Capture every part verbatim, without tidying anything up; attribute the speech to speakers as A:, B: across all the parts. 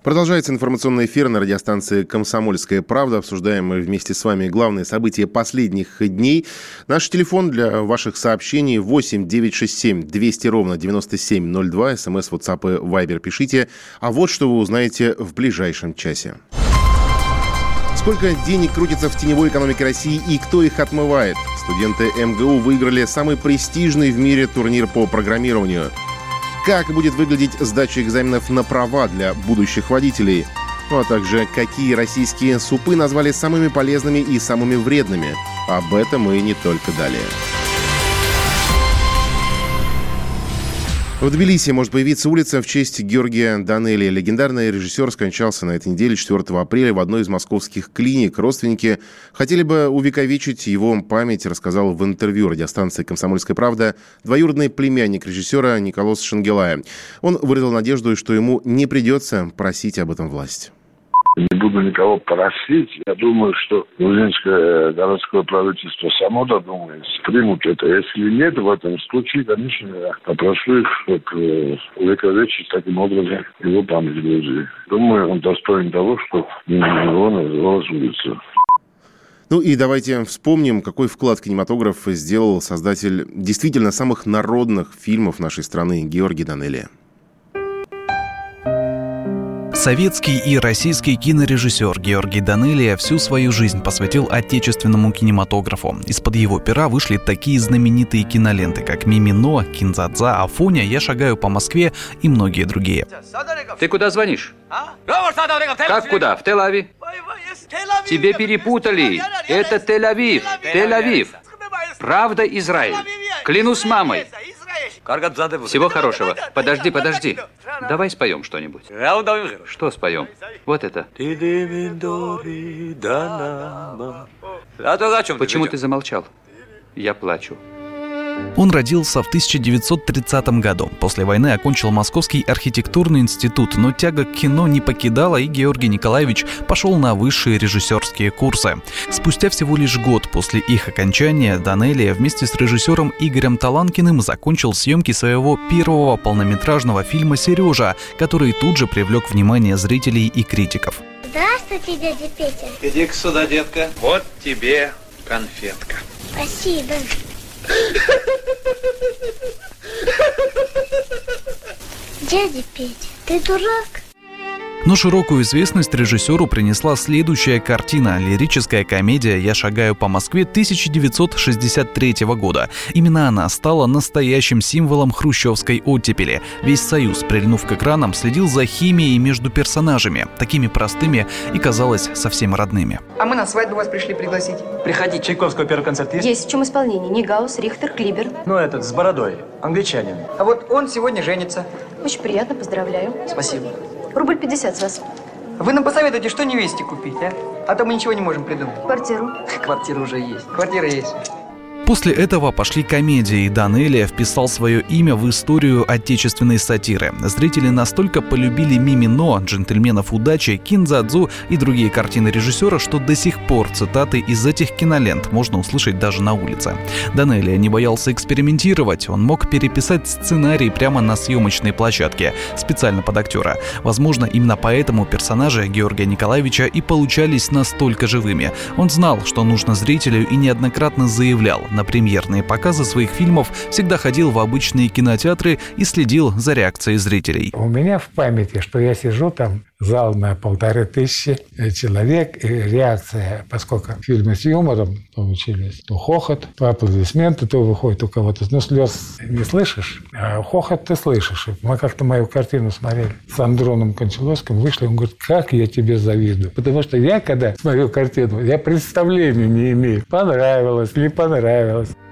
A: Продолжается информационный эфир на радиостанции «Комсомольская правда». Обсуждаем мы вместе с вами главные события последних дней. Наш телефон для ваших сообщений восемь девятьсот шестьдесят семь двести ровно девяносто семь ноль два. СМС, WhatsApp и Viber пишите. А вот что вы узнаете в ближайшем часе. Сколько денег крутится в теневой экономике России и кто их отмывает? Студенты эм гэ у выиграли самый престижный в мире турнир по программированию. Как будет выглядеть сдача экзаменов на права для будущих водителей? Ну а также, какие российские супы назвали самыми полезными и самыми вредными? Об этом и не только далее. В Тбилиси может появиться улица в честь Георгия Данелия. Легендарный режиссер скончался на этой неделе, четвёртого апреля, в одной из московских клиник. Родственники хотели бы увековечить его память, рассказал в интервью радиостанции «Комсомольская правда» двоюродный племянник режиссера Николос Шангелая. Он выразил надежду, что ему не придется просить об этом власть.
B: Не буду никого просить. Я думаю, что грузинское городское правительство само додумается, примут это. Если нет, в этом случае, конечно, я попрошу их увековечить таким образом его память в Грузии. Думаю, он достоин того, что именно его называлась улица.
A: Ну и давайте вспомним, какой вклад в кинематограф сделал создатель действительно самых народных фильмов нашей страны Георгий Данелия.
C: Советский и российский кинорежиссер Георгий Данелия всю свою жизнь посвятил отечественному кинематографу. Из-под его пера вышли такие знаменитые киноленты, как «Мимино», «Кин-дза-дза», «Афоня», «Я шагаю по Москве» и многие другие.
D: Ты куда звонишь? Как куда? В Тель-Авив? Тебе перепутали. Это Тель-Авив. Тель-Авив. Правда, Израиль. Клянусь мамой. Всего хорошего. Подожди, подожди. Давай споем что-нибудь. Что споем? Вот это. Почему ты замолчал? Я плачу.
C: Он родился в тысяча девятьсот тридцатом году. После войны окончил Московский архитектурный институт, но тяга к кино не покидала, и Георгий Николаевич пошел на высшие режиссерские курсы. Спустя всего лишь год после их окончания Данелия вместе с режиссером Игорем Таланкиным закончил съемки своего первого полнометражного фильма «Сережа», который тут же привлек внимание зрителей и критиков.
E: Здравствуйте, дядя Петя.
F: Иди-ка сюда, детка. Вот тебе конфетка.
E: Спасибо. Дядя Петя, ты дурак?
C: Но широкую известность режиссеру принесла следующая картина – лирическая комедия «Я шагаю по Москве» тысяча девятьсот шестьдесят третьего года. Именно она стала настоящим символом хрущевской оттепели. Весь Союз, прильнув к экранам, следил за химией между персонажами, такими простыми и, казалось, совсем родными.
G: А мы на свадьбу вас пришли пригласить.
F: Приходи, Чайковского первый концерт есть?
H: Есть, в чем исполнение. Нигаус, Рихтер, Клибер.
F: Ну, этот, с бородой, англичанин.
G: А вот он сегодня женится.
H: Очень приятно, поздравляю.
G: Спасибо.
H: Рубль пятьдесят с вас.
G: Вы нам посоветуйте, что невесте купить, а? А то мы ничего не можем придумать.
H: Квартиру.
G: Квартира уже есть. Квартира есть.
C: После этого пошли комедии, и Данелия вписал свое имя в историю отечественной сатиры. Зрители настолько полюбили «Мимино», «Джентльменов удачи», «Кин-дза-дзу» и другие картины режиссера, что до сих пор цитаты из этих кинолент можно услышать даже на улице. Данелия не боялся экспериментировать, он мог переписать сценарий прямо на съемочной площадке, специально под актера. Возможно, именно поэтому персонажи Георгия Николаевича и получались настолько живыми. Он знал, что нужно зрителю, и неоднократно заявлял: на премьерные показы своих фильмов всегда ходил в обычные кинотеатры и следил за реакцией зрителей.
I: У меня в памяти, что я сижу там, зал на полторы тысячи человек, и реакция, поскольку фильмы с юмором получились, то хохот, то аплодисменты, то выходит у кого-то, ну, слез не слышишь, а хохот ты слышишь. Мы как-то мою картину смотрели с Андроном Кончаловским, вышли, он говорит: как я тебе завидую. Потому что я, когда смотрю картину, я представления не имею, понравилось, не понравилось.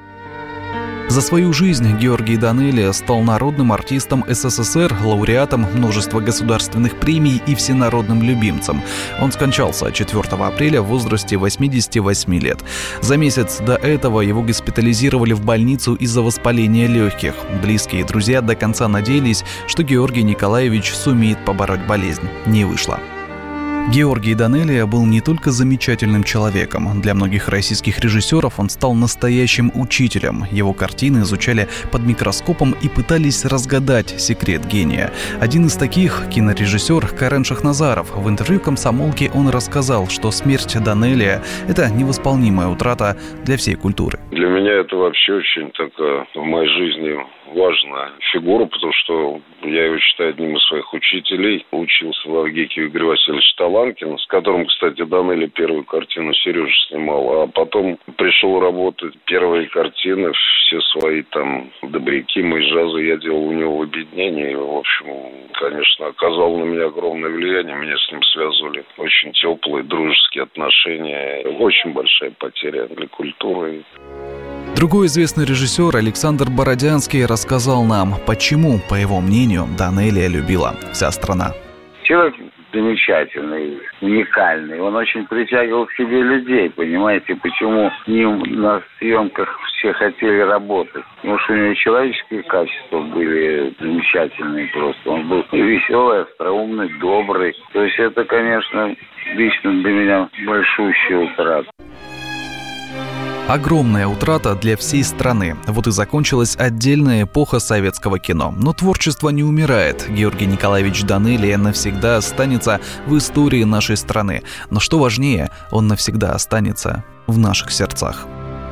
C: За свою жизнь Георгий Данелия стал народным артистом эс эс эс эр, лауреатом множества государственных премий и всенародным любимцем. Он скончался четвёртого апреля в возрасте восьмидесяти восьми лет. За месяц до этого его госпитализировали в больницу из-за воспаления легких. Близкие и друзья до конца надеялись, что Георгий Николаевич сумеет побороть болезнь. Не вышло. Георгий Данелия был не только замечательным человеком. Для многих российских режиссеров он стал настоящим учителем. Его картины изучали под микроскопом и пытались разгадать секрет гения. Один из таких — кинорежиссер Карен Шахназаров. В интервью «Комсомолке» он рассказал, что смерть Данелия — это невосполнимая утрата для всей культуры.
B: Для меня это вообще очень такая в моей жизни важная фигура, потому что я его считаю одним из своих учителей. Учился в Авгике у Игоря Васильевича Таланкина, с которым, кстати, Данелия первую картину Сережа снимал, а потом пришел работать. Первые картины, все свои там добряки, мои джазы я делал у него в объединении. И, в общем, конечно, оказал на меня огромное влияние. Меня с ним связывали очень теплые, дружеские отношения. Очень большая потеря для культуры.
C: Другой известный режиссер Александр Бородянский рассказал нам, почему, по его мнению, Данелия любила вся страна.
J: Человек замечательный, уникальный. Он очень притягивал к себе людей, понимаете, почему с ним на съемках все хотели работать. Потому что у него человеческие качества были замечательные просто. Он был веселый, остроумный, добрый. То есть это, конечно, лично для меня большущая утрата.
C: Огромная утрата для всей страны. Вот и закончилась отдельная эпоха советского кино. Но творчество не умирает. Георгий Николаевич Данелия навсегда останется в истории нашей страны. Но что важнее, он навсегда останется в наших сердцах.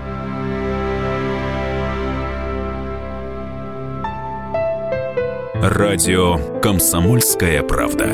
K: Радио «Комсомольская правда».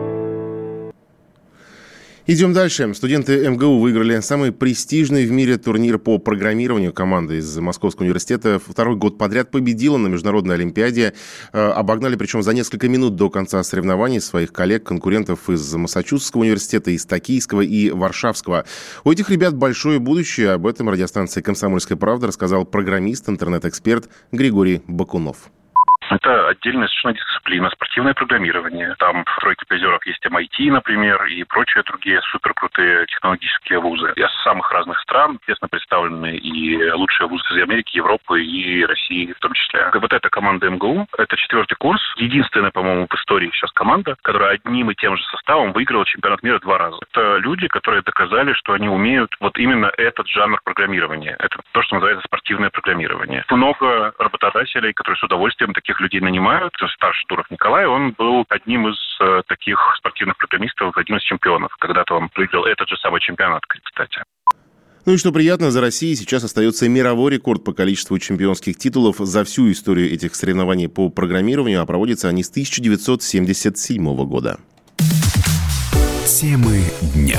A: Идем дальше. Студенты эм гэ у выиграли самый престижный в мире турнир по программированию. Команда из Московского университета второй год подряд победила на международной олимпиаде. Обогнали, причем за несколько минут до конца соревнований, своих коллег, конкурентов из Массачусетского университета, из Токийского и Варшавского. У этих ребят большое будущее. Об этом радиостанции «Комсомольская правда» рассказал программист, интернет-эксперт Григорий Бакунов.
L: Это отдельная совершенно дисциплина, спортивное программирование. Там в тройке призеров есть эм ай ти, например, и прочие другие суперкрутые технологические вузы. Из самых разных стран, естественно, представлены и лучшие вузы из Америки, Европы и России в том числе. Вот эта команда эм гэ у, это четвертый курс, единственная, по-моему, в истории сейчас команда, которая одним и тем же составом выиграла чемпионат мира два раза. Это люди, которые доказали, что они умеют вот именно этот жанр программирования. Это то, что называется спортивное программирование. Много работодателей, которые с удовольствием таких людей нанимают. Старший Туров Николай, он был одним из э, таких спортивных программистов, одним из чемпионов. Когда-то он выиграл этот же самый чемпионат, кстати.
A: Ну и что приятно, за Россией сейчас остается мировой рекорд по количеству чемпионских титулов за всю историю этих соревнований по программированию, а проводятся они с тысяча девятьсот семьдесят седьмого года.
K: Темы дня.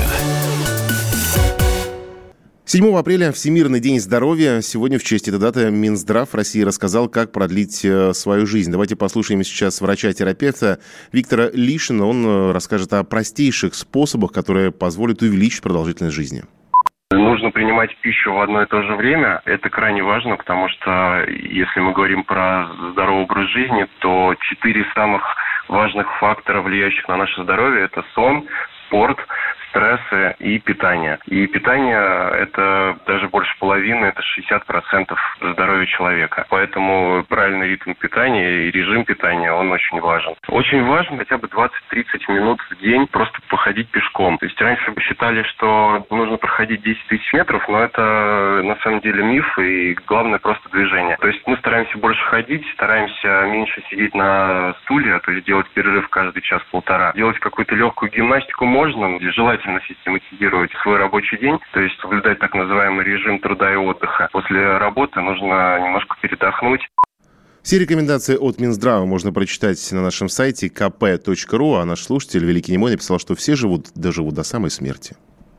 A: седьмого апреля – Всемирный день здоровья. Сегодня в честь этой даты Минздрав России рассказал, как продлить свою жизнь. Давайте послушаем сейчас врача-терапевта Виктора Лишина. Он расскажет о простейших способах, которые позволят увеличить продолжительность жизни.
M: Нужно принимать пищу в одно и то же время. Это крайне важно, потому что если мы говорим про здоровый образ жизни, то четыре самых важных фактора, влияющих на наше здоровье, это сон, спорт, стрессы и питание. И питание – это даже больше половины, это шестьдесят процентов здоровья человека. Поэтому правильный ритм питания и режим питания, он очень важен. Очень важно хотя бы двадцать-тридцать минут в день просто походить пешком. То есть раньше бы считали, что нужно проходить десять тысяч метров, но это на самом деле миф, и главное просто движение. То есть мы стараемся больше ходить, стараемся меньше сидеть на стуле, то есть делать перерыв каждый час-полтора. Делать какую-то легкую гимнастику можно, желательно систематизировать свой рабочий день, то есть соблюдать так называемый режим труда и отдыха. После работы нужно немножко передохнуть.
A: Все рекомендации от Минздрава можно прочитать на нашем сайте ка пэ точка ру, а наш слушатель Великий Немой написал, что все живут, доживут до самой смерти.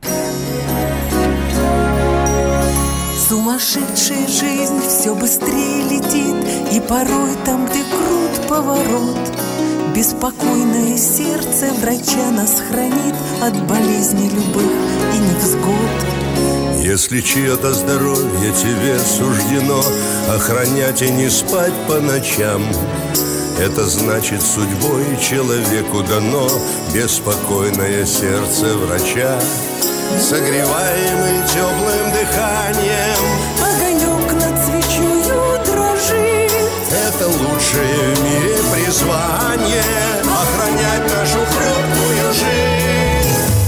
N: Сумасшедшая жизнь все быстрее летит, и порой там, где крут поворот, беспокойное сердце врача нас хранит от болезней любых и невзгод.
O: Если чье-то здоровье тебе суждено охранять и не спать по ночам, это значит, судьбой человеку дано беспокойное сердце врача, согреваемый теплым дыханием.
N: Огонек над свечою дрожит.
O: Это лучшее в мире призвание — охранять нашу хрупкую жизнь.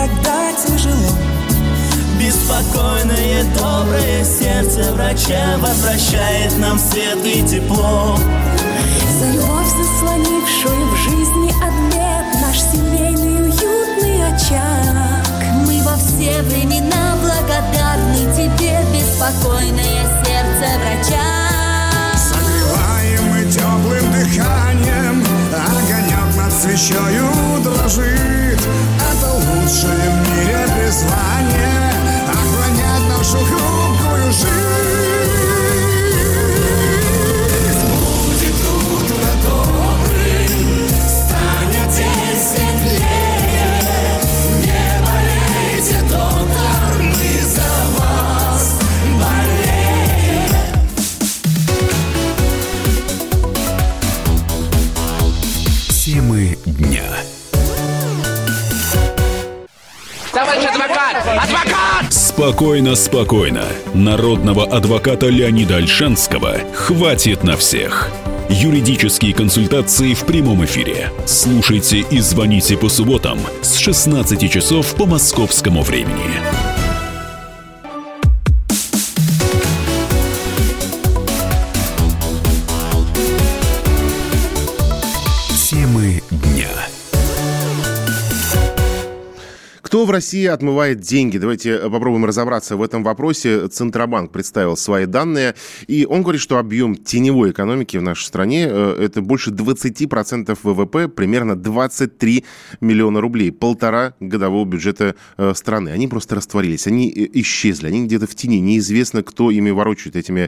N: когда тяжело. Беспокойное, доброе сердце врача возвращает нам свет и тепло.
P: За любовь, заслонившую в жизни от бед наш семейный уютный очаг. Мы во все времена благодарны тебе, беспокойное сердце врача.
Q: Согреваем мы теплым дыханием, огонек над свечою дрожит. Это лучшее в мире призвание — охранять нашу хрупкую жизнь. Будет утро добрым, станет день светлее. Не болейте, доктор, мы за вас болеем.
K: Темы дня.
R: Товарищ адвокат! Адвокат!
K: Спокойно, спокойно. Народного адвоката Леонида Ольшанского хватит на всех. Юридические консультации в прямом эфире. Слушайте и звоните по субботам с шестнадцати часов по московскому времени. Темы дня.
A: Кто в России отмывает деньги? Давайте попробуем разобраться в этом вопросе. Центробанк представил свои данные, и он говорит, что объем теневой экономики в нашей стране – это больше двадцать процентов ВВП, примерно двадцать три миллиона рублей, полтора годового бюджета страны. Они просто растворились, они исчезли, они где-то в тени, неизвестно, кто ими ворочает, этими,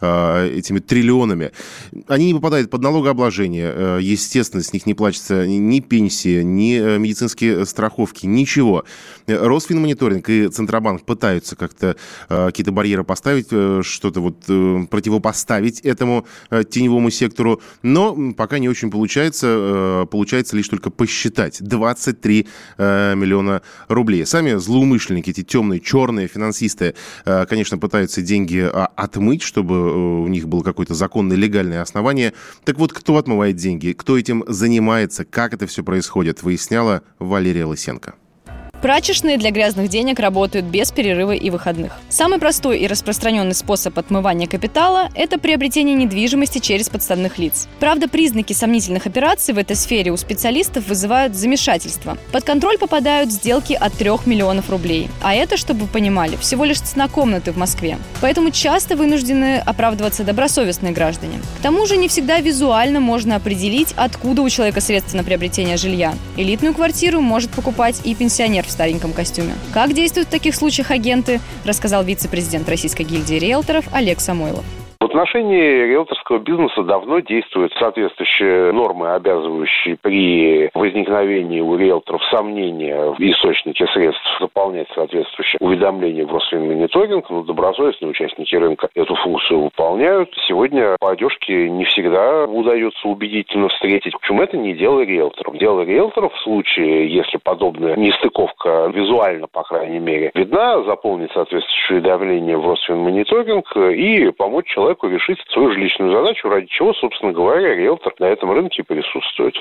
A: этими триллионами. Они не попадают под налогообложение, естественно, с них не платятся ни пенсии, ни медицинские страховки, ничего. Росфинмониторинг и Центробанк пытаются как-то э, какие-то барьеры поставить, э, что-то вот э, противопоставить этому э, теневому сектору, но пока не очень получается, э, получается лишь только посчитать. двадцать три э, миллиона рублей. Сами злоумышленники, эти темные, черные финансисты, э, конечно, пытаются деньги э, отмыть, чтобы э, у них было какое-то законное, легальное основание. Так вот, кто отмывает деньги, кто этим занимается, как это все происходит, выясняла Валерия Лысенко.
S: Прачечные для грязных денег работают без перерыва и выходных. Самый простой и распространенный способ отмывания капитала – это приобретение недвижимости через подставных лиц. Правда, признаки сомнительных операций в этой сфере у специалистов вызывают замешательство. Под контроль попадают сделки от трех миллионов рублей. А это, чтобы вы понимали, всего лишь цена комнаты в Москве. Поэтому часто вынуждены оправдываться добросовестные граждане. К тому же не всегда визуально можно определить, откуда у человека средства на приобретение жилья. Элитную квартиру может покупать и пенсионер в стареньком костюме. Как действуют в таких случаях агенты, рассказал вице-президент Российской гильдии риэлторов Олег Самойлов.
T: В отношении риэлторского бизнеса давно действуют соответствующие нормы, обязывающие при возникновении у риэлторов сомнения в источнике средств заполнять соответствующие уведомления в Росфинмониторинг, но добросовестные участники рынка эту функцию выполняют. Сегодня по одежке не всегда удается убедительно встретить. Причем это не дело риэлторов. Дело риэлторов в случае, если подобная нестыковка визуально, по крайней мере, видна, заполнить соответствующее уведомление в Росфинмониторинг и помочь человеку решить свою жилищную задачу, ради чего, собственно говоря, риэлтор на этом рынке присутствует.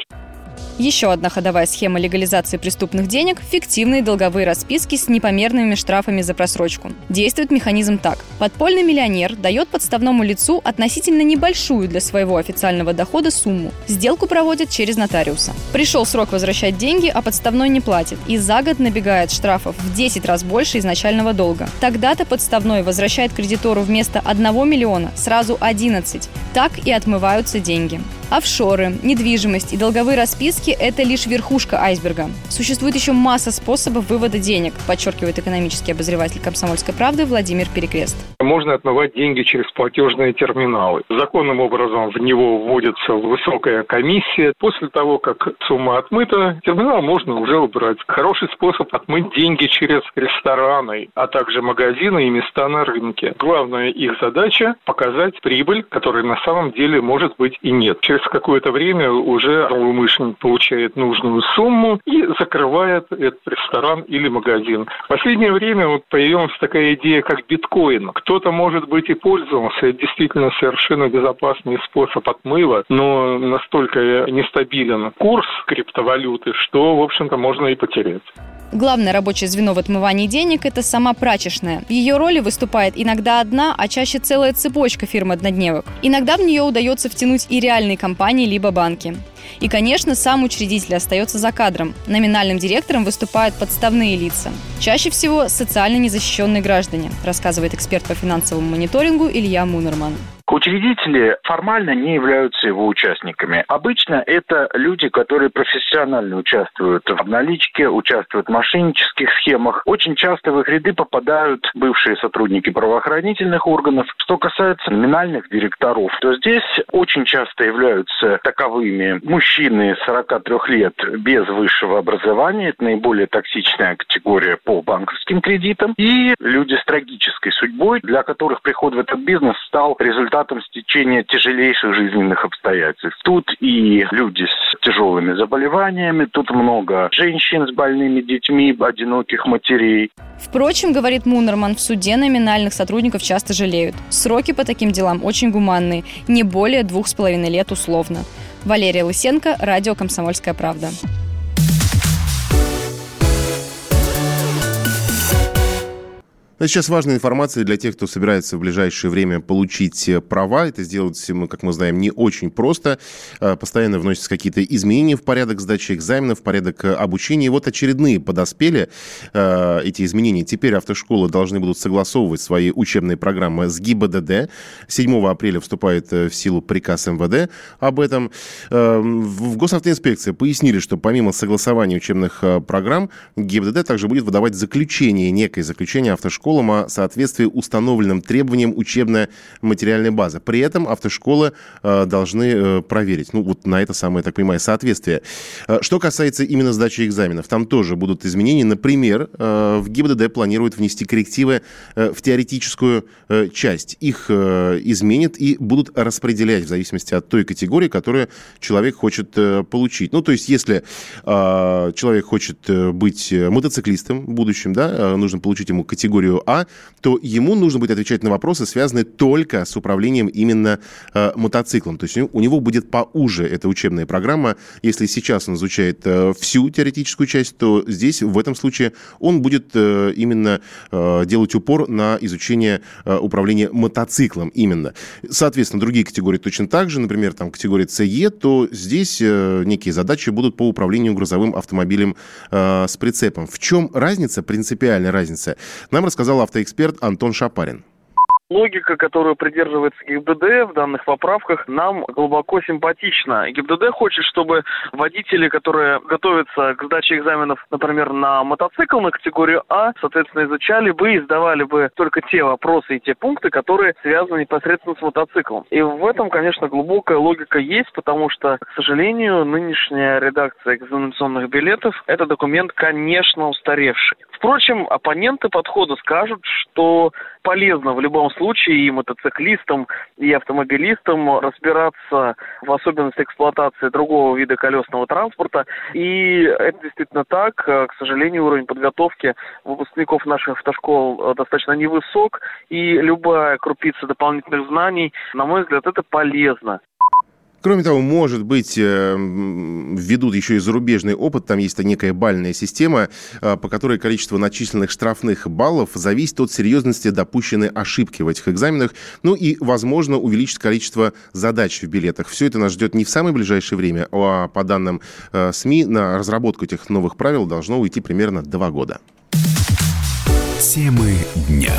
S: Еще одна ходовая схема легализации преступных денег – фиктивные долговые расписки с непомерными штрафами за просрочку. Действует механизм так. Подпольный миллионер дает подставному лицу относительно небольшую для своего официального дохода сумму. Сделку проводят через нотариуса. Пришел срок возвращать деньги, а подставной не платит. И за год набегает штрафов в десять раз больше изначального долга. Тогда-то подставной возвращает кредитору вместо одного миллиона сразу одиннадцать. Так и отмываются деньги. Офшоры, недвижимость и долговые расписки – это лишь верхушка айсберга. Существует еще масса способов вывода денег, подчеркивает экономический обозреватель «Комсомольской правды» Владимир Перекрест.
U: Можно отмывать деньги через платежные терминалы. Законным образом в него вводится высокая комиссия. После того, как сумма отмыта, терминал можно уже убрать. Хороший способ отмыть деньги через рестораны, а также магазины и места на рынке. Главная их задача – показать прибыль, которой на самом деле может быть и нет. Через через какое-то время уже злоумышленник получает нужную сумму и закрывает этот ресторан или магазин. В последнее время вот появилась такая идея, как биткоин. Кто-то, может быть, и пользовался. Это действительно совершенно безопасный способ отмыва, но настолько нестабилен курс криптовалюты, что, в общем-то, можно и потерять.
S: Главное рабочее звено в отмывании денег – это сама прачечная. В ее роли выступает иногда одна, а чаще целая цепочка фирм-однодневок. Иногда в нее удается втянуть и реальные компании либо банки. И, конечно, сам учредитель остается за кадром. Номинальным директором выступают подставные лица. Чаще всего социально незащищенные граждане, рассказывает эксперт по финансовому мониторингу Илья Мунерман.
D: Учредители формально не являются его участниками. Обычно это люди, которые профессионально участвуют в наличке, участвуют в мошеннических схемах. Очень часто в их ряды попадают бывшие сотрудники правоохранительных органов. Что касается номинальных директоров, то здесь очень часто являются таковыми мужчины сорока трёх лет без высшего образования. Это наиболее токсичная категория по банковским кредитам. И люди с трагической судьбой, для которых приход в этот бизнес стал результатом стечения тяжелейших жизненных обстоятельств. Тут и люди с тяжелыми заболеваниями, тут много женщин с больными детьми, одиноких матерей.
S: Впрочем, говорит Мунерман, в суде номинальных сотрудников часто жалеют. Сроки по таким делам очень гуманные, не более двух с половиной лет условно. Валерия Лысенко, радио «Комсомольская правда».
A: Но сейчас важная информация для тех, кто собирается в ближайшее время получить права. Это сделать, как мы знаем, не очень просто. Постоянно вносятся какие-то изменения в порядок сдачи экзаменов, в порядок обучения. И вот очередные подоспели эти изменения. Теперь автошколы должны будут согласовывать свои учебные программы с ГИБДД. седьмого апреля вступает в силу приказ эм вэ дэ об этом. В госавтоинспекции пояснили, что помимо согласования учебных программ, ГИБДД также будет выдавать заключение, некое заключение автошколы о соответствии установленным требованиям учебно-материальной базы. При этом автошколы э, должны э, проверить, ну, вот на это самое, я так понимаю, соответствие. Э, что касается именно сдачи экзаменов, там тоже будут изменения. Например, э, в ГИБДД планируют внести коррективы э, в теоретическую э, часть. Их э, изменят и будут распределять в зависимости от той категории, которую человек хочет э, получить. Ну, то есть, если э, человек хочет быть мотоциклистом в будущем, да, э, нужно получить ему категорию А, то ему нужно будет отвечать на вопросы, связанные только с управлением именно э, мотоциклом. То есть у него будет поуже эта учебная программа. Если сейчас он изучает э, всю теоретическую часть, то здесь, в этом случае, он будет э, именно э, делать упор на изучение э, управления мотоциклом именно. Соответственно, другие категории точно так же. Например, там категория С Е, то здесь э, некие задачи будут по управлению грузовым автомобилем э, с прицепом. В чем разница, принципиальная разница, нам рассказал автоэксперт Антон Шапарин.
V: Логика, которую придерживается ГИБДД в данных поправках, нам глубоко симпатична. ГИБДД хочет, чтобы водители, которые готовятся к сдаче экзаменов, например, на мотоцикл, на категорию А, соответственно, изучали бы и сдавали бы только те вопросы и те пункты, которые связаны непосредственно с мотоциклом. И в этом, конечно, глубокая логика есть, потому что, к сожалению, нынешняя редакция экзаменационных билетов – это документ, конечно, устаревший. Впрочем, оппоненты подхода скажут, что полезно в любом случае и мотоциклистам, и автомобилистам разбираться в особенностях эксплуатации другого вида колесного транспорта. И это действительно так. К сожалению, уровень подготовки выпускников наших автошкол достаточно невысок, и любая крупица дополнительных знаний, на мой взгляд, это полезно.
A: Кроме того, может быть, введут еще и зарубежный опыт. Там есть некая бальная система, по которой количество начисленных штрафных баллов зависит от серьезности допущенной ошибки в этих экзаменах. Ну и, возможно, увеличит количество задач в билетах. Все это нас ждет не в самое ближайшее время, а по данным СМИ, на разработку этих новых правил должно уйти примерно два года.
K: Темы дня.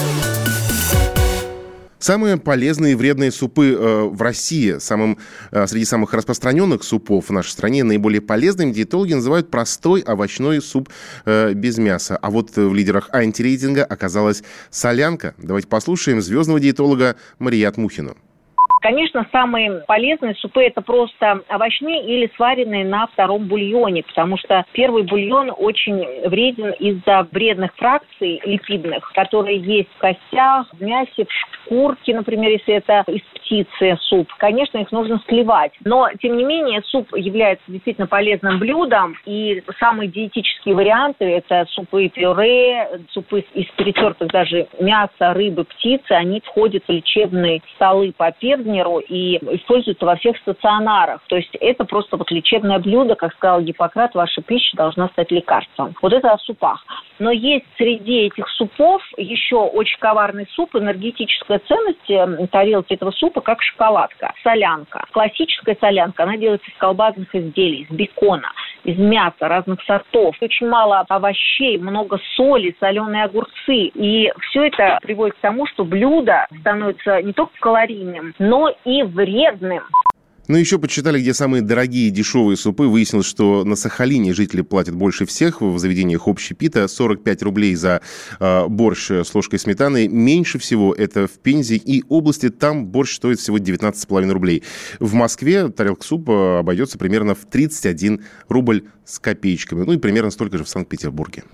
A: Самые полезные и вредные супы э, в России, самым, э, среди самых распространенных супов в нашей стране, наиболее полезным диетологи называют простой овощной суп э, без мяса. А вот в лидерах антирейтинга оказалась солянка. Давайте послушаем звездного диетолога Марият Мухину.
E: Конечно, самые полезные супы – это просто овощные или сваренные на втором бульоне, потому что первый бульон очень вреден из-за вредных фракций липидных, которые есть в костях, в мясе, в шкурке, например, если это из птицы суп. Конечно, их нужно сливать. Но, тем не менее, суп является действительно полезным блюдом, и самые диетические варианты – это супы-пюре, супы из перетертых даже мяса, рыбы, птицы, они входят в лечебные столы по Перзнеру и используются во всех стационарах. То есть это просто вот лечебное блюдо, как сказал Гиппократ, ваша пища должна стать лекарством. Вот это о супах. Но есть среди этих супов еще очень коварный суп, энергетическая ценность тарелки этого супа, как шоколадка, солянка. Классическая солянка, она делается из колбасных изделий, из бекона, из мяса разных сортов. Очень мало овощей, много соли, соленые огурцы. И все это приводит к тому, что блюдо становится не только калорийным, но и вредным.
A: Ну, еще подсчитали, где самые дорогие и дешевые супы. Выяснилось, что на Сахалине жители платят больше всех. В заведениях общепита сорок пять рублей за э, борщ с ложкой сметаны. Меньше всего это в Пензе и области. Там борщ стоит всего девятнадцать с половиной рублей. В Москве тарелка супа обойдется примерно в тридцать один рубль с копеечками. Ну и примерно столько же в Санкт-Петербурге.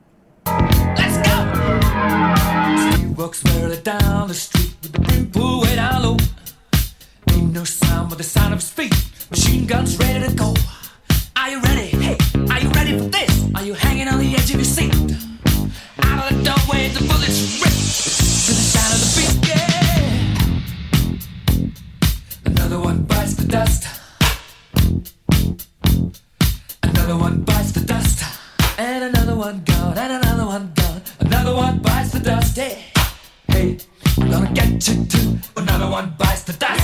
A: No sound but the sound of his feet. Machine guns ready to go. Are you ready? Hey, are you ready for this? Are you hanging on the edge of your seat? Out of the doorway, the bullets rip to the sound of the beat. Yeah. Another one bites the dust. Another one bites the dust. And another one gone. And another one gone. Another one bites the dust. Hey, hey, I'm gonna get you too. Another one bites the dust.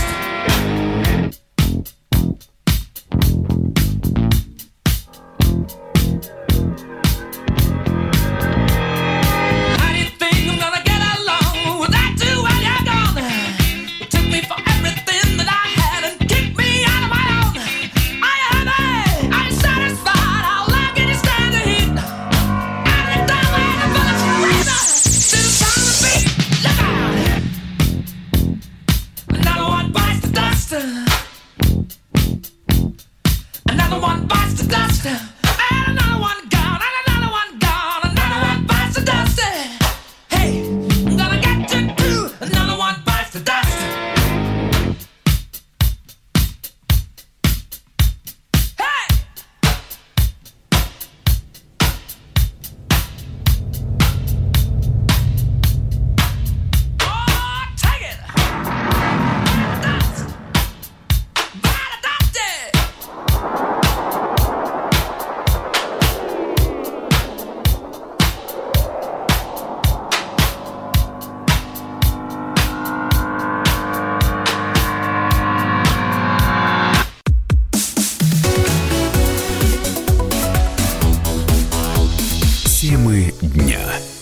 K: Темы дня.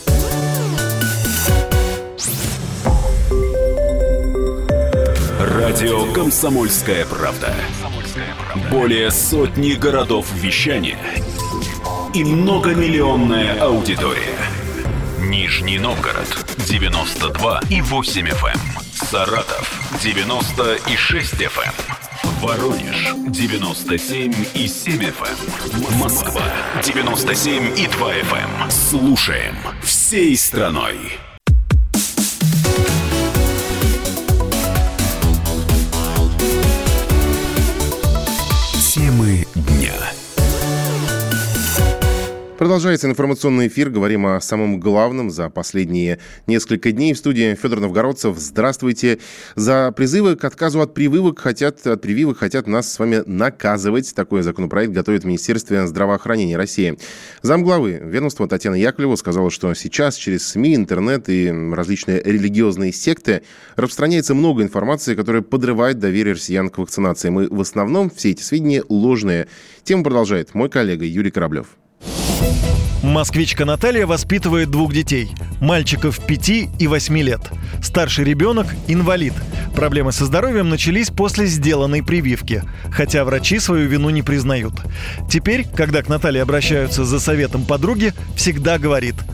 K: Радио «Комсомольская правда». Более сотни городов вещания и многомиллионная аудитория. Нижний Новгород девяносто два и восемь эф эм, Саратов девяносто и шесть эф эм, Воронеж девяносто семь и семь эф эм, Москва девяносто семь и два эф эм. Слушаем всей страной. Темы дня.
A: Продолжается информационный эфир. Говорим о самом главном за последние несколько дней. В студии Федор Новгородцев. Здравствуйте. За призывы к отказу от прививок хотят, от прививок хотят нас с вами наказывать. Такой законопроект готовит в Министерстве здравоохранения России. Замглавы ведомства Татьяна Яковлева сказала, что сейчас через СМИ, интернет и различные религиозные секты распространяется много информации, которая подрывает доверие россиян к вакцинации. Мы в основном все эти сведения ложные. Тему продолжает мой коллега Юрий Кораблев.
F: Москвичка Наталья воспитывает двух детей. Мальчиков пяти и восьми лет. Старший ребенок – инвалид. Проблемы со здоровьем начались после сделанной прививки. Хотя врачи свою вину не признают. Теперь, когда к Наталье обращаются за советом подруги, всегда говорит: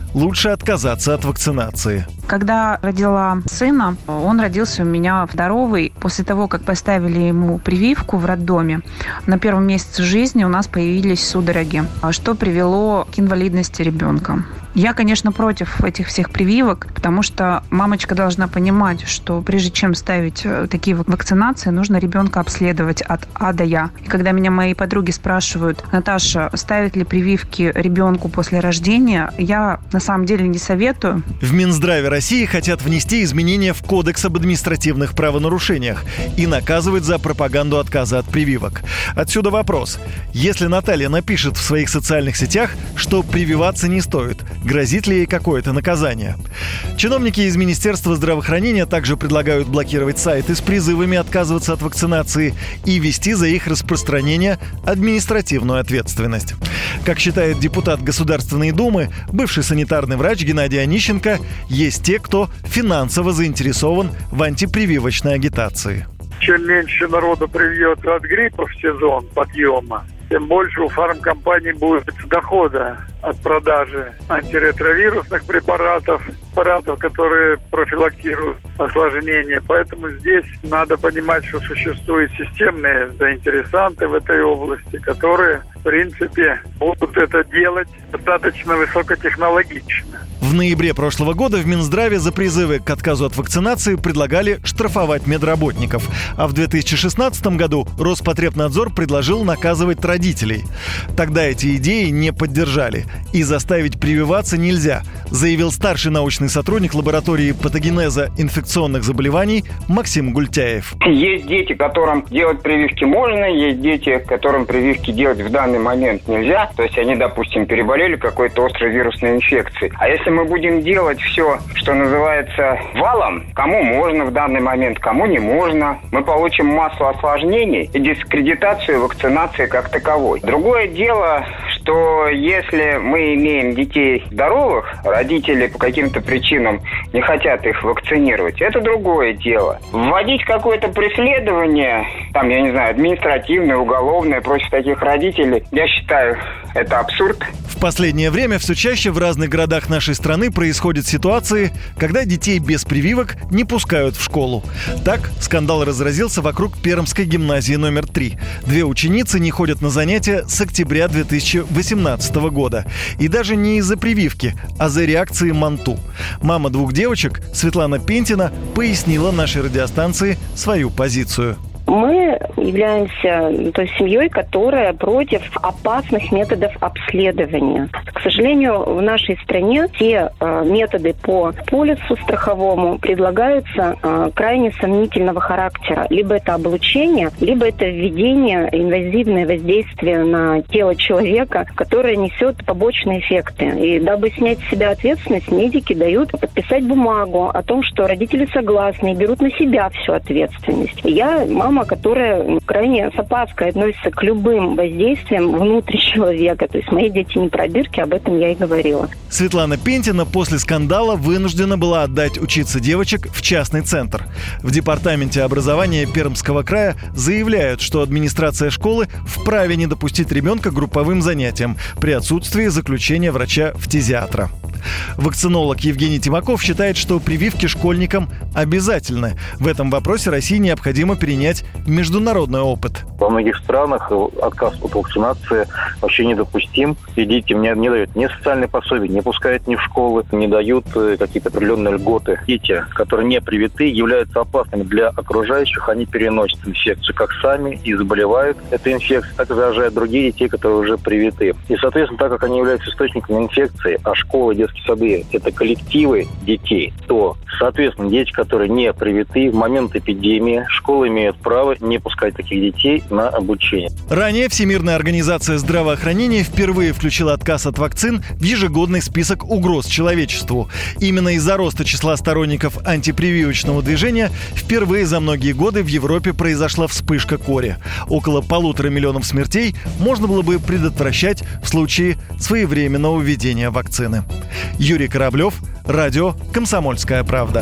F: лучше отказаться от вакцинации.
G: Когда родила сына, он родился у меня здоровый. После того, как поставили ему прививку в роддоме, на первом месяце жизни у нас появились судороги, что привело к инвалидности ребенка. Я, конечно, против этих всех прививок, потому что мамочка должна понимать, что прежде чем ставить такие вакцинации, нужно ребенка обследовать от А до Я. И когда меня мои подруги спрашивают: Наташа, ставят ли прививки ребенку после рождения, я на самом деле не советую.
F: В Минздраве России хотят внести изменения в Кодекс об административных правонарушениях и наказывать за пропаганду отказа от прививок. Отсюда вопрос. Если Наталья напишет в своих социальных сетях, что прививаться не стоит, грозит ли ей какое-то наказание? Чиновники из Министерства здравоохранения также предлагают блокировать сайты с призывами отказываться от вакцинации и вести за их распространение административную ответственность. Как считает депутат Государственной Думы, бывший санитарный врач Геннадий Онищенко, есть те, кто финансово заинтересован в антипрививочной агитации.
H: Чем меньше народу привьется от гриппа в сезон подъема, тем больше у фармкомпаний будет дохода от продажи антиретровирусных препаратов, препаратов, которые профилактируют осложнения. Поэтому здесь надо понимать, что существуют системные заинтересанты в этой области, которые, в принципе, будут это делать достаточно высокотехнологично.
F: В ноябре прошлого года в Минздраве за призывы к отказу от вакцинации предлагали штрафовать медработников. А в две тысячи шестнадцатом году Роспотребнадзор предложил наказывать родителей. Тогда эти идеи не поддержали. И заставить прививаться нельзя, заявил старший научный сотрудник лаборатории патогенеза инфекционных заболеваний Максим Гультяев.
W: Есть дети, которым делать прививки можно, есть дети, которым прививки делать в данный момент нельзя. То есть они, допустим, переболели какой-то острой вирусной инфекцией. А если мы будем делать все, что называется, валом, кому можно в данный момент, кому не можно, мы получим массу осложнений и дискредитацию вакцинации как таковой. Другое дело, что если мы имеем детей здоровых, родители по каким-то причинам не хотят их вакцинировать, это другое дело. Вводить какое-то преследование, там, я не знаю, административное, уголовное против таких родителей, я считаю, это абсурд.
F: В последнее время все чаще в разных городах нашей страны происходят ситуации, когда детей без прививок не пускают в школу. Так, скандал разразился вокруг Пермской гимназии номер три. Две ученицы не ходят на занятия с октября две тысячи восемнадцатого года. И даже не из-за прививки, а за реакции МАНТУ. Мама двух девочек, Светлана Пентина, пояснила нашей радиостанции свою позицию.
X: Мы являемся той семьей, которая против опасных методов обследования. К сожалению, в нашей стране те э, методы по полису страховому предлагаются э, крайне сомнительного характера. Либо это облучение, либо это введение инвазивное воздействие на тело человека, которое несет побочные эффекты. И дабы снять с себя ответственность, медики дают подписать бумагу о том, что родители согласны и берут на себя всю ответственность. Я мама, которая крайне с опаской относится к любым воздействиям внутри человека. То есть мои дети не пробирки, об этом я и говорила.
F: Светлана Пентина после скандала вынуждена была отдать учиться девочек в частный центр. В департаменте образования Пермского края заявляют, что администрация школы вправе не допустить ребенка к групповым занятиям при отсутствии заключения врача-фтизиатра. Вакцинолог Евгений Тимаков считает, что прививки школьникам обязательны. В этом вопросе России необходимо перенять международный опыт.
Y: Во многих странах отказ от вакцинации вообще недопустим. И детям не, не дают ни социальные пособия, не пускают ни в школы, не дают какие-то определенные льготы. Дети, которые не привиты, являются опасными для окружающих. Они переносят инфекцию как сами и заболевают этой инфекцией, так и заражают других детей, которые уже привиты. И, соответственно, так как они являются источником инфекции, а школы, детские сады – это коллективы детей, то, соответственно, дети, которые не привиты, в момент эпидемии школы имеют право не пускать таких детей на обучение.
F: Ранее Всемирная организация здравоохранения впервые включила отказ от вакцин в ежегодный список угроз человечеству. Именно из-за роста числа сторонников антипрививочного движения впервые за многие годы в Европе произошла вспышка кори. Около полутора миллионов смертей можно было бы предотвращать в случае своевременного введения вакцины. Юрий Кораблев, радио «Комсомольская правда».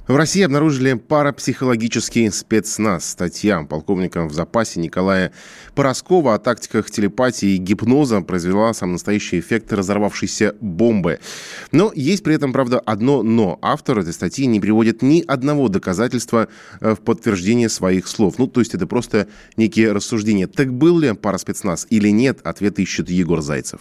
A: В России обнаружили парапсихологический спецназ. Статья полковника в запасе Николая Параскова о тактиках телепатии и гипноза произвела самый настоящий эффект разорвавшейся бомбы. Но есть при этом, правда, одно «но». Автор этой статьи не приводит ни одного доказательства в подтверждение своих слов. Ну, то есть это просто некие рассуждения. Так был ли параспецназ или нет? Ответ ищет Егор Зайцев.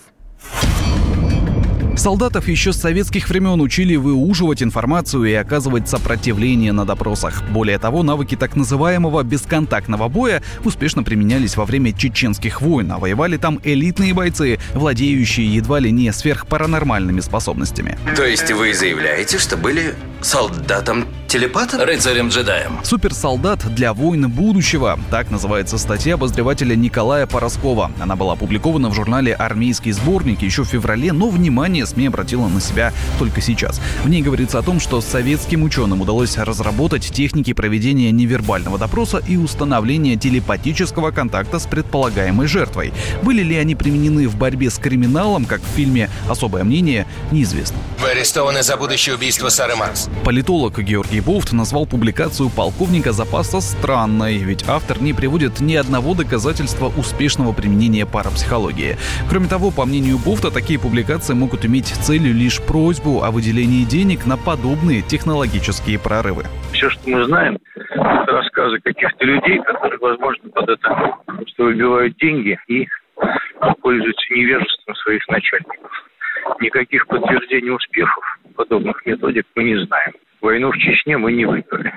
B: Солдатов еще с советских времен учили выуживать информацию и оказывать сопротивление на допросах. Более того, навыки так называемого бесконтактного боя успешно применялись во время чеченских войн, а воевали там элитные бойцы, владеющие едва ли не сверхпаранормальными способностями.
C: То есть вы заявляете, что были солдатом-телепатом? Рыцарем-джедаем?
B: Суперсолдат для войн будущего. Так называется статья обозревателя Николая Параскова. Она была опубликована в журнале «Армейский сборник» еще в феврале, но внимание СМИ обратила на себя только сейчас. В ней говорится о том, что советским ученым удалось разработать техники проведения невербального допроса и установления телепатического контакта с предполагаемой жертвой. Были ли они применены в борьбе с криминалом, как в фильме «Особое мнение», неизвестно.
C: Вы арестованы за будущее убийство Сары Маркс.
B: Политолог Георгий Бофт назвал публикацию полковника запаса странной, ведь автор не приводит ни одного доказательства успешного применения парапсихологии. Кроме того, по мнению Бофта, такие публикации могут иметь целью лишь просьбу о выделении денег на подобные технологические прорывы.
U: Все, что мы знаем, это рассказы каких-то людей, которые, возможно, под это просто выбивают деньги и пользуются невежеством своих начальников. Никаких подтверждений успехов подобных методик мы не знаем. Войну в Чечне мы не выиграли.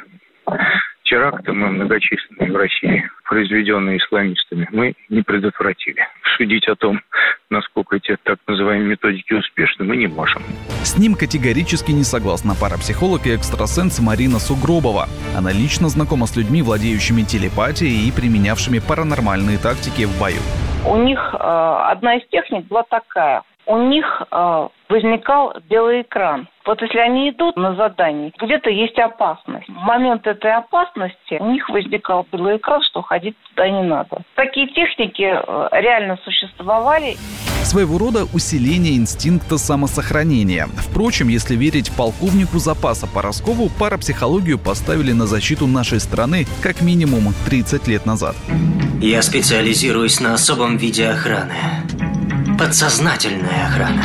U: Теракты мы многочисленные в России, произведенные исламистами, мы не предотвратили. Судить о том, насколько эти так называемые методики успешны, мы не можем.
B: С ним категорически не согласна парапсихолог и экстрасенс Марина Сугробова. Она лично знакома с людьми, владеющими телепатией и применявшими паранормальные тактики в бою.
I: У них э, одна из техник была такая. У них э, возникал белый экран. Вот если они идут на задание, где-то есть опасность. В момент этой опасности у них возникал белый экран, что ходить туда не надо. Такие техники э, реально существовали.
B: Своего рода усиление инстинкта самосохранения. Впрочем, если верить полковнику запаса Параскову, парапсихологию поставили на защиту нашей страны как минимум тридцать лет назад.
J: Я специализируюсь на особом виде охраны. Подсознательная охрана.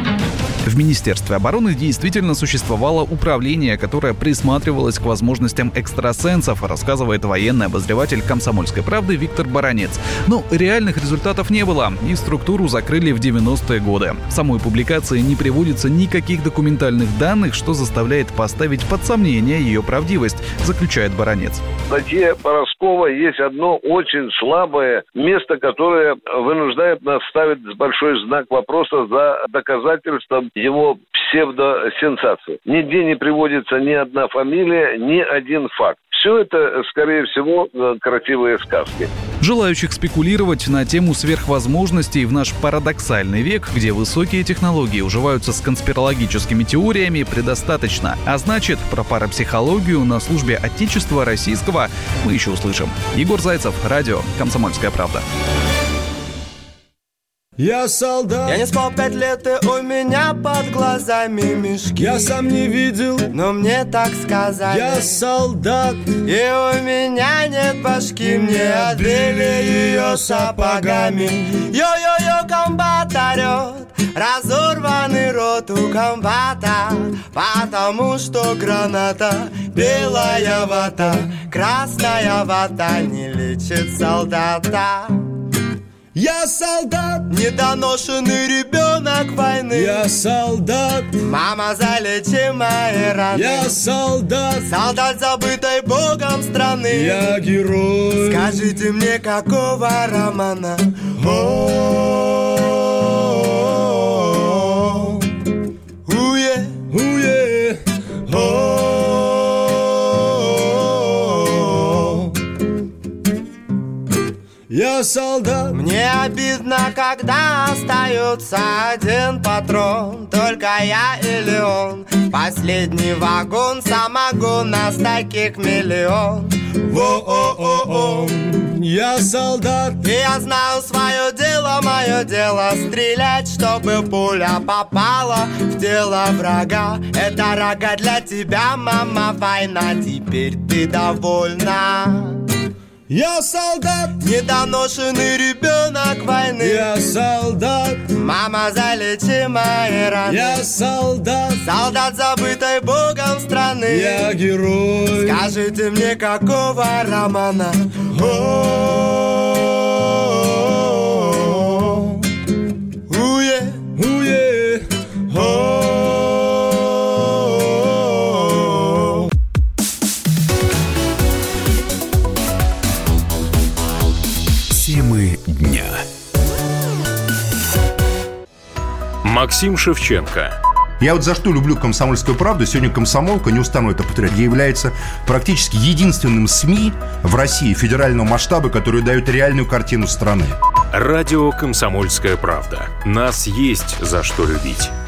B: В Министерстве обороны действительно существовало управление, которое присматривалось к возможностям экстрасенсов, рассказывает военный обозреватель «Комсомольской правды» Виктор Баранец. Но реальных результатов не было, и структуру закрыли в девяностые годы. В самой публикации не приводится никаких документальных данных, что заставляет поставить под сомнение ее правдивость, заключает Баранец.
L: В статье Параскова есть одно очень слабое место, которое вынуждает нас ставить большой знак вопроса за доказательством его псевдосенсации. Нигде не приводится ни одна фамилия, ни один факт. Все это, скорее всего, красивые сказки.
B: Желающих спекулировать на тему сверхвозможностей в наш парадоксальный век, где высокие технологии уживаются с конспирологическими теориями, предостаточно. А значит, про парапсихологию на службе Отечества российского мы еще услышим. Егор Зайцев, радио «Комсомольская правда».
Z: Я солдат. Я не спал пять лет, и у меня под глазами мешки. Я сам не видел, но мне так сказали. Я солдат. И у меня нет башки, мне отбили ее сапогами. Йо-йо-йо, комбат орет, разорванный рот у комбата, потому что граната, белая вата, красная вата не лечит солдата. Я солдат, недоношенный ребенок войны. Я солдат, мама, залечи мои раны. Я солдат, солдат забытой Богом страны. Я герой. Скажите мне, какого романа? О-о-о-о. Уе, уе, о-о-о-о. Я солдат. Мне обидно, когда остается один патрон, только я или он. Последний вагон, самогон, нас таких миллион. Во-о-о-о. Я солдат. И я знаю свое дело Но мое дело стрелять, чтобы пуля попала в тело врага. Это рога для тебя, мама, война. Теперь ты довольна. Я солдат, недоношенный ребенок войны. Я солдат, мама, залечи мои раны. Я солдат, солдат, забытой Богом страны. Я герой, скажите мне, какого романа? О-о-о-о-о. Уе, уе, о-о-о-о.
K: Темы дня. Максим Шевченко.
M: Я вот за что люблю «Комсомольскую правду». Сегодня «Комсомолка», не устану это повторять, является практически единственным СМИ в России федерального масштаба, который дает реальную картину страны.
K: Радио «Комсомольская правда». Нас есть за что любить.